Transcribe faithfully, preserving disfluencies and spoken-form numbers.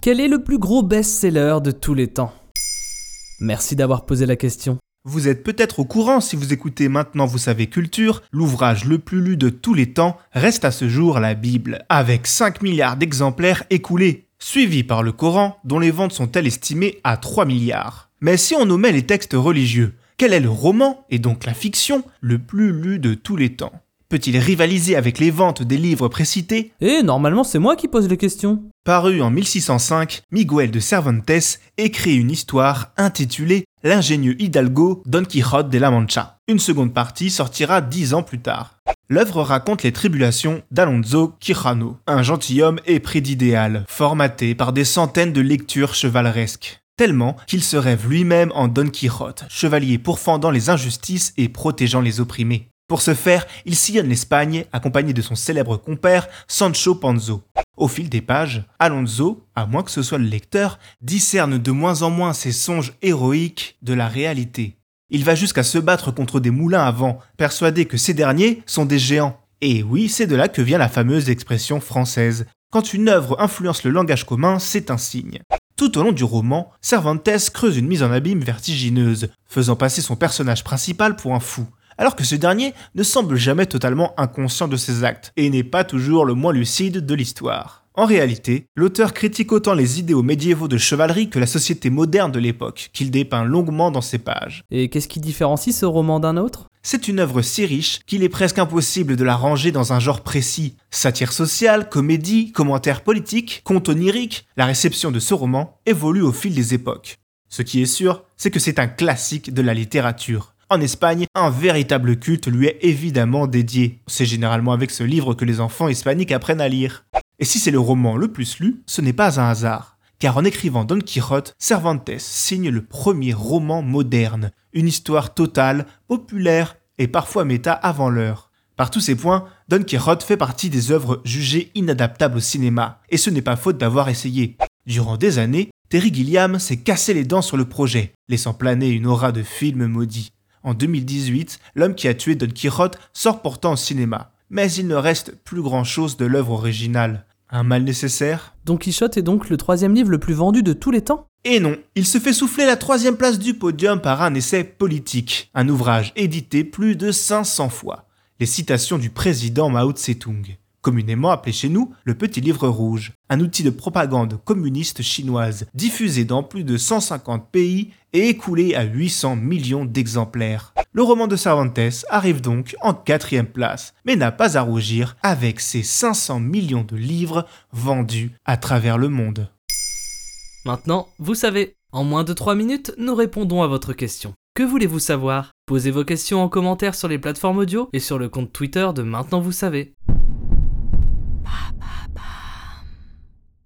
Quel est le plus gros best-seller de tous les temps ? Merci d'avoir posé la question. Vous êtes peut-être au courant si vous écoutez Maintenant Vous Savez Culture, l'ouvrage le plus lu de tous les temps reste à ce jour la Bible, avec cinq milliards d'exemplaires écoulés, suivi par le Coran dont les ventes sont elles estimées à trois milliards. Mais si on omet les textes religieux, quel est le roman, et donc la fiction, le plus lu de tous les temps ? Peut-il rivaliser avec les ventes des livres précités ? Et normalement c'est moi qui pose les questions. Paru en mille six cent cinq, Miguel de Cervantes écrit une histoire intitulée « L'ingénieux hidalgo Don Quijote de la Mancha ». Une seconde partie sortira dix ans plus tard. L'œuvre raconte les tribulations d'Alonso Quijano, un gentilhomme épris d'idéal, formaté par des centaines de lectures chevaleresques. Tellement qu'il se rêve lui-même en Don Quijote, chevalier pourfendant les injustices et protégeant les opprimés. Pour ce faire, il sillonne l'Espagne, accompagné de son célèbre compère Sancho Panza. Au fil des pages, Alonso, à moins que ce soit le lecteur, discerne de moins en moins ses songes héroïques de la réalité. Il va jusqu'à se battre contre des moulins à vent, persuadé que ces derniers sont des géants. Et oui, c'est de là que vient la fameuse expression française. Quand une œuvre influence le langage commun, c'est un signe. Tout au long du roman, Cervantes creuse une mise en abîme vertigineuse, faisant passer son personnage principal pour un fou, alors que ce dernier ne semble jamais totalement inconscient de ses actes, et n'est pas toujours le moins lucide de l'histoire. En réalité, l'auteur critique autant les idéaux médiévaux de chevalerie que la société moderne de l'époque, qu'il dépeint longuement dans ses pages. Et qu'est-ce qui différencie ce roman d'un autre ? C'est une œuvre si riche qu'il est presque impossible de la ranger dans un genre précis. Satire sociale, comédie, commentaire politique, conte onirique, la réception de ce roman évolue au fil des époques. Ce qui est sûr, c'est que c'est un classique de la littérature. En Espagne, un véritable culte lui est évidemment dédié. C'est généralement avec ce livre que les enfants hispaniques apprennent à lire. Et si c'est le roman le plus lu, ce n'est pas un hasard. Car en écrivant Don Quijote, Cervantes signe le premier roman moderne. Une histoire totale, populaire et parfois méta avant l'heure. Par tous ces points, Don Quijote fait partie des œuvres jugées inadaptables au cinéma. Et ce n'est pas faute d'avoir essayé. Durant des années, Terry Gilliam s'est cassé les dents sur le projet, laissant planer une aura de film maudit. En deux mille dix-huit, L'homme qui a tué Don Quijote sort pourtant au cinéma. Mais il ne reste plus grand-chose de l'œuvre originale. Un mal nécessaire ? Don Quichotte est donc le troisième livre le plus vendu de tous les temps ? Et non, il se fait souffler la troisième place du podium par un essai politique, un ouvrage édité plus de cinq cents fois. Les citations du président Mao Tse-tung, communément appelé chez nous le Petit Livre Rouge, un outil de propagande communiste chinoise, diffusé dans plus de cent cinquante pays et écoulé à huit cents millions d'exemplaires. Le roman de Cervantes arrive donc en quatrième place, mais n'a pas à rougir avec ses cinq cents millions de livres vendus à travers le monde. Maintenant, vous savez, en moins de trois minutes, nous répondons à votre question. Que voulez-vous savoir ? Posez vos questions en commentaire sur les plateformes audio et sur le compte Twitter de Maintenant Vous Savez.